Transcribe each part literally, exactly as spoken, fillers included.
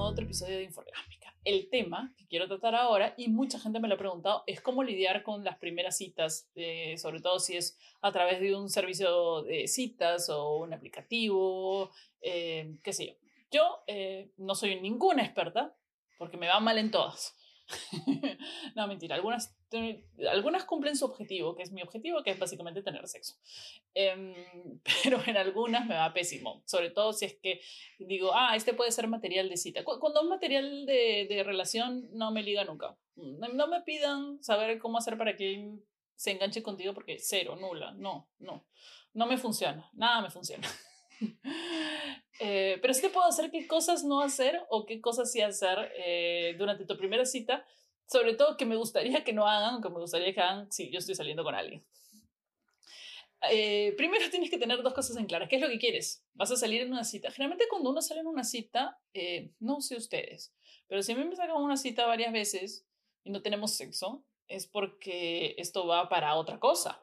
otro episodio de Infográfica. El tema que quiero tratar ahora, y mucha gente me lo ha preguntado, es cómo lidiar con las primeras citas, eh, sobre todo si es a través de un servicio de citas o un aplicativo, eh, qué sé yo. Yo eh, no soy ninguna experta, porque me va mal en todas. No, mentira, algunas, algunas cumplen su objetivo, que es mi objetivo, que es básicamente tener sexo. Eh, pero en algunas me va pésimo, sobre todo si es que digo, ah, este puede ser material de cita. Cuando es material de, de relación, no me liga nunca. No me pidan saber cómo hacer para que se enganche contigo porque cero, nula, no, no, no me funciona, nada me funciona. Eh, pero sí te puedo hacer qué cosas no hacer o qué cosas sí hacer eh, durante tu primera cita, sobre todo que me gustaría que no hagan, que me gustaría que hagan si yo estoy saliendo con alguien. Eh, primero tienes que tener dos cosas en claras. ¿Qué es lo que quieres? Vas a salir en una cita. Generalmente cuando uno sale en una cita, eh, no sé ustedes, pero si a mí me sacan una cita varias veces y no tenemos sexo, es porque esto va para otra cosa.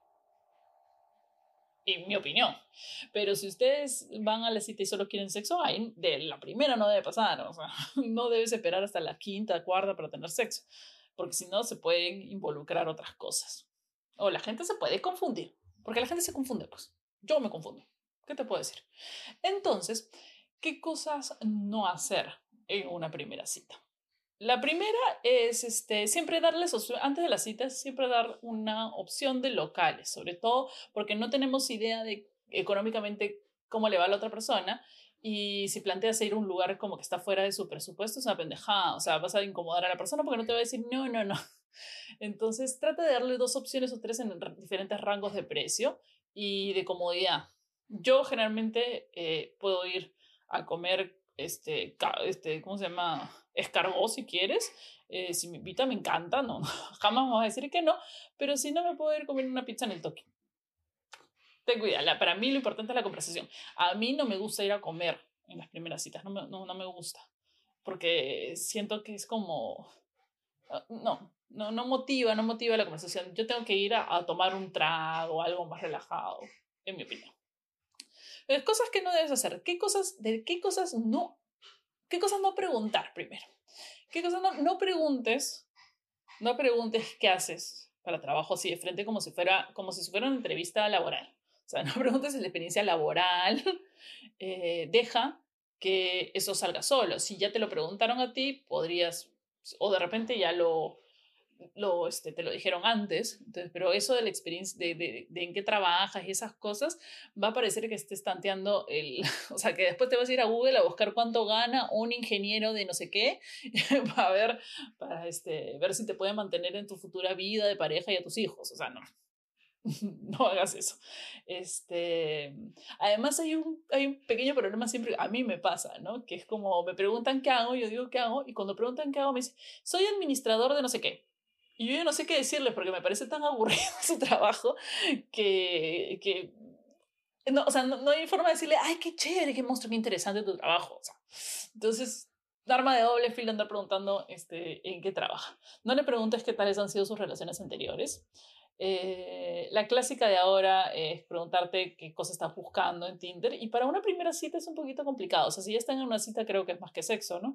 En mi opinión. Pero si ustedes van a la cita y solo quieren sexo, ahí de la primera no debe pasar. O sea, no debes esperar hasta la quinta, cuarta para tener sexo. Porque si no, se pueden involucrar otras cosas. O la gente se puede confundir. Porque la gente se confunde, pues. Yo me confundo. ¿Qué te puedo decir? Entonces, ¿qué cosas no hacer en una primera cita? La primera es este, siempre darles, antes de las citas, siempre dar una opción de locales, sobre todo porque no tenemos idea de económicamente cómo le va a la otra persona y si planteas ir a un lugar como que está fuera de su presupuesto es una pendejada, o sea, vas a incomodar a la persona porque no te va a decir no, no, no. Entonces trata de darle dos opciones o tres en diferentes rangos de precio y de comodidad. Yo generalmente eh, puedo ir a comer este, este, ¿cómo se llama? Escargot si quieres. Eh, si me invita, me encanta, no, jamás me vas a decir que no, pero si no, me puedo ir a comer una pizza en el toque. Ten cuidado, la, para mí lo importante es la conversación. A mí no me gusta ir a comer en las primeras citas, no me, no, no me gusta, porque siento que es como, no, no, no motiva, no motiva la conversación. Yo tengo que ir a, a tomar un trago, algo más relajado, en mi opinión. Entonces, cosas que no debes hacer. ¿Qué cosas, de qué cosas no? ¿Qué cosas no preguntar primero? ¿Qué cosas no, no preguntes? No preguntes qué haces para trabajo así de frente como si fuera, como si fuera una entrevista laboral. O sea, no preguntes la experiencia laboral. Eh, deja que eso salga solo. Si ya te lo preguntaron a ti, podrías, o de repente ya lo, lo, este, te lo dijeron antes, entonces, pero eso de la experiencia, de, de, de en qué trabajas y esas cosas, va a parecer que estés tanteando el, o sea, que después te vas a ir a Google a buscar cuánto gana un ingeniero de no sé qué, para ver, para este, ver si te puede mantener en tu futura vida de pareja y a tus hijos, o sea, no. No hagas eso. Este, además hay un, hay un pequeño problema siempre, a mí me pasa, ¿no? Que es como me preguntan qué hago, yo digo qué hago, y cuando preguntan qué hago me dicen, soy administrador de no sé qué. Y yo ya no sé qué decirles porque me parece tan aburrido su trabajo que, que no, o sea, no, no hay forma de decirle, ay, qué chévere, qué monstruo, qué interesante tu trabajo. O sea, entonces, arma de doble filo andar preguntando este, en qué trabaja. No le preguntes qué tales han sido sus relaciones anteriores. Eh, la clásica de ahora es preguntarte qué cosa estás buscando en Tinder y para una primera cita es un poquito complicado. O sea, si ya están en una cita creo que es más que sexo, ¿no?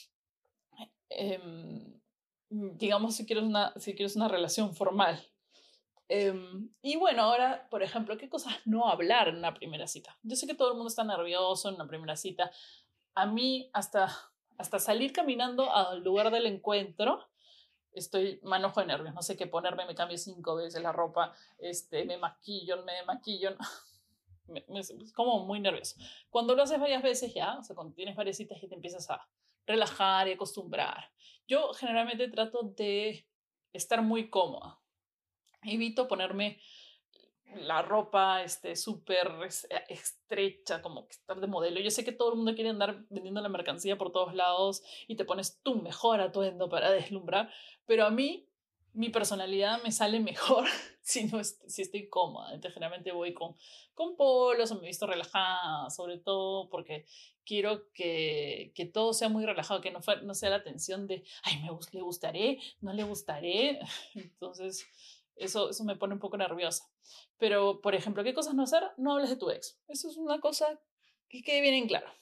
Eh, digamos si quieres una, si quieres una relación formal. Eh, y bueno, ahora, por ejemplo, ¿qué cosas no hablar en una primera cita? Yo sé que todo el mundo está nervioso en una primera cita. A mí, hasta, hasta salir caminando al lugar del encuentro, estoy manojo de nervios. No sé qué ponerme, me cambio cinco veces la ropa, este, me maquillo, me maquillo. Me, me, es como muy nervioso. Cuando lo haces varias veces ya, o sea, cuando tienes varias citas y te empiezas a relajar y acostumbrar. Yo generalmente trato de estar muy cómoda. Evito ponerme la ropa este, súper estrecha, como que estar de modelo. Yo sé que todo el mundo quiere andar vendiendo la mercancía por todos lados y te pones tu mejor atuendo para deslumbrar, pero a mí mi personalidad me sale mejor si, no est si estoy cómoda. Entonces generalmente voy con, con polos o me visto relajada, sobre todo porque quiero que, que todo sea muy relajado, que no, fue, no sea la tensión de, ay, me, ¿le gustaré? ¿No le gustaré? Entonces eso, eso me pone un poco nerviosa. Pero, por ejemplo, ¿qué cosas no hacer? No hables de tu ex. Eso es una cosa que quede bien en claro.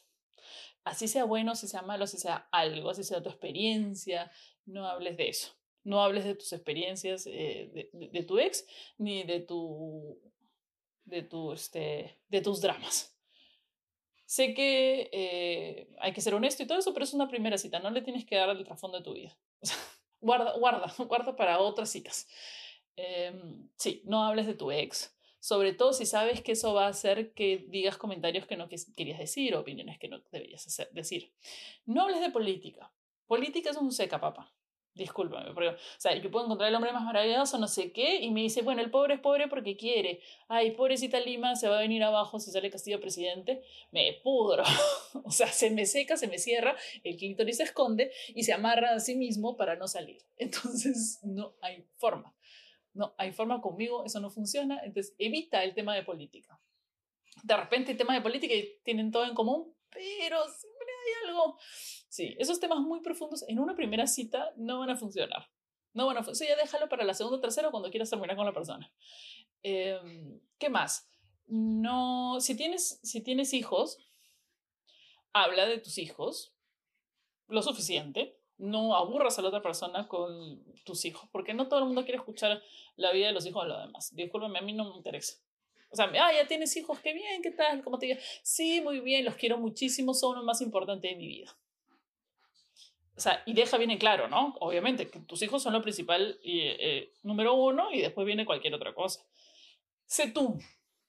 Así sea bueno, así sea malo, así sea algo, así sea tu experiencia, no hables de eso. No hables de tus experiencias eh, de, de, de tu ex, ni de tu, de tu, este, de tus dramas. Sé que eh, hay que ser honesto y todo eso, pero es una primera cita, no le tienes que dar el trasfondo de tu vida. O sea, guarda, guarda, guarda para otras citas. Eh, sí, no hables de tu ex, sobre todo si sabes que eso va a hacer que digas comentarios que no querías decir o opiniones que no deberías hacer, decir. No hables de política. Política es un seca, papá. Discúlpame, pero, o sea, yo puedo encontrar el hombre más maravilloso, no sé qué, y me dice, bueno, el pobre es pobre porque quiere. Ay, pobrecita Lima, se va a venir abajo si sale Castillo presidente. Me pudro. O sea, se me seca, se me cierra, el clítoris se esconde y se amarra a sí mismo para no salir. Entonces, no hay forma. No hay forma conmigo, eso no funciona. Entonces, evita el tema de política. De repente, el tema de política tienen todo en común, pero siempre hay algo. Sí, esos temas muy profundos en una primera cita no van a funcionar. No van a funcionar. Ya déjalo para la segunda o tercera cuando quieras terminar con la persona. Eh, ¿Qué más? No, si tienes, si tienes hijos, habla de tus hijos lo suficiente. No aburras a la otra persona con tus hijos, porque no todo el mundo quiere escuchar la vida de los hijos de los demás. Discúlpame, a mí no me interesa. O sea, ah, ya tienes hijos, qué bien, qué tal, cómo te digo. Sí, muy bien, los quiero muchísimo, son lo más importante de mi vida. O sea, y deja bien en claro, ¿no? Obviamente, que tus hijos son lo principal, y, eh, número uno, y después viene cualquier otra cosa. Sé tú.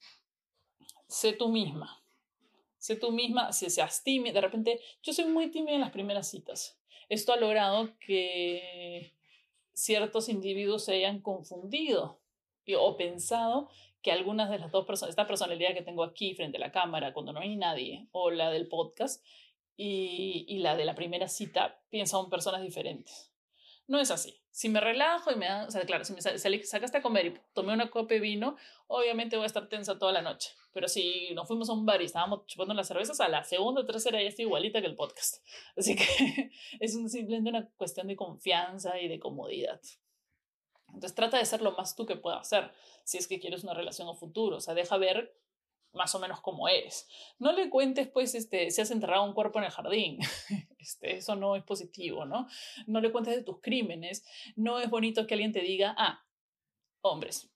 Sé tú misma. Sé tú misma, si seas tímida, de repente, yo soy muy tímida en las primeras citas. Esto ha logrado que ciertos individuos se hayan confundido y, o pensado que algunas de las dos personas, esta personalidad que tengo aquí frente a la cámara cuando no hay nadie, o la del podcast, y, y la de la primera cita, piensan personas diferentes. No es así. Si me relajo y me da, o sea, claro, si me salí, sacaste a comer y tomé una copa de vino, obviamente voy a estar tensa toda la noche. Pero si nos fuimos a un bar y estábamos chupando las cervezas, a la segunda o tercera ya estoy igualita que el podcast. Así que es un, simplemente una cuestión de confianza y de comodidad. Entonces trata de ser lo más tú que puedas ser, si es que quieres una relación a futuro. O sea, deja ver más o menos cómo eres. No le cuentes, pues, este, si has enterrado un cuerpo en el jardín. Este, eso no es positivo, ¿no? No le cuentes de tus crímenes. No es bonito que alguien te diga, ah, hombres.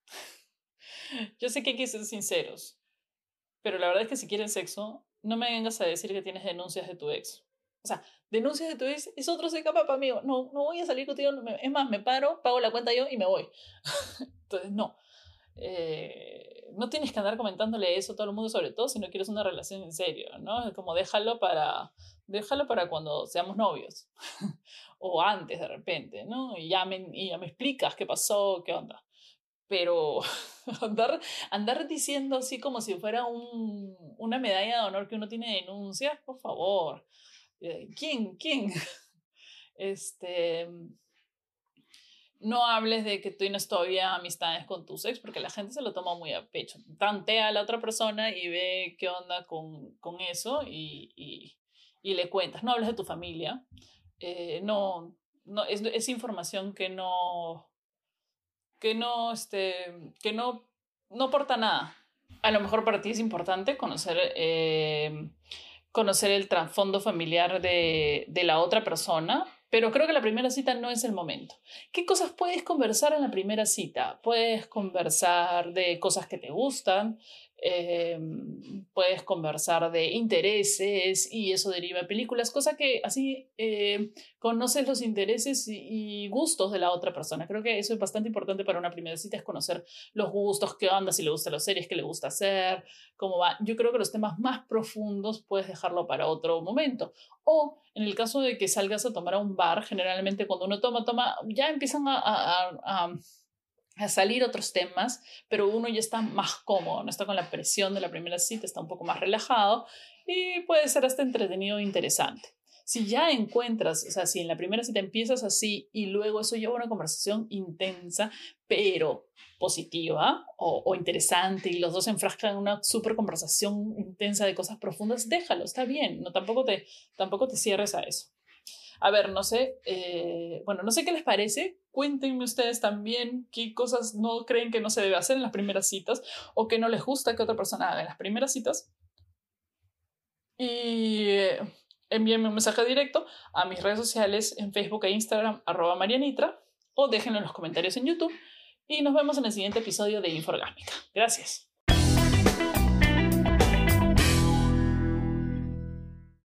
Yo sé que hay que ser sinceros, pero la verdad es que si quieren sexo, no me vengas a decir que tienes denuncias de tu ex. O sea, denuncias de tu ex es otro seca papá, amigo. No, no voy a salir contigo. Es más, me paro, pago la cuenta yo y me voy. Entonces, no. Eh, no tienes que andar comentándole eso a todo el mundo, sobre todo si no quieres una relación en serio, ¿no? Es como déjalo para, déjalo para cuando seamos novios o antes de repente, ¿no? Y ya, me, y ya me explicas qué pasó, qué onda. Pero andar, andar diciendo así como si fuera un, una medalla de honor que uno tiene denuncias, por favor. ¿Quién? ¿Quién? Este... No hables de que tienes todavía amistades con tus ex, porque la gente se lo toma muy a pecho. Tantea a la otra persona y ve qué onda con, con eso y, y, y le cuentas. No hables de tu familia. Eh, no, no es, es información que no, que no, este, que no, no aporta nada. A lo mejor para ti es importante conocer, eh, conocer el trasfondo familiar de, de la otra persona, pero creo que la primera cita no es el momento. ¿Qué cosas puedes conversar en la primera cita? Puedes conversar de cosas que te gustan, eh, puedes conversar de intereses y eso deriva de películas, cosa que así eh, conoces los intereses y, y gustos de la otra persona. Creo que eso es bastante importante para una primera cita, es conocer los gustos, qué onda, si le gustan las series, qué le gusta hacer, cómo va. Yo creo que los temas más profundos puedes dejarlo para otro momento. O en el caso de que salgas a tomar a un bar, generalmente cuando uno toma, toma, ya empiezan a, a, a, a salir otros temas, pero uno ya está más cómodo, no está con la presión de la primera cita, está un poco más relajado y puede ser hasta entretenido e interesante. Si ya encuentras, o sea, si en la primera cita empiezas así y luego eso lleva a una conversación intensa, pero positiva o, o interesante y los dos se enfrascan en una súper conversación intensa de cosas profundas, déjalo, está bien, no, tampoco, te, tampoco te cierres a eso. A ver, no sé, eh, bueno, no sé qué les parece. Cuéntenme ustedes también qué cosas no creen que no se debe hacer en las primeras citas o que no les gusta que otra persona haga en las primeras citas. Y eh, envíenme un mensaje directo a mis redes sociales en Facebook e Instagram, arroba Marianitra, o déjenlo en los comentarios en YouTube. Y nos vemos en el siguiente episodio de Inforgásmica. Gracias.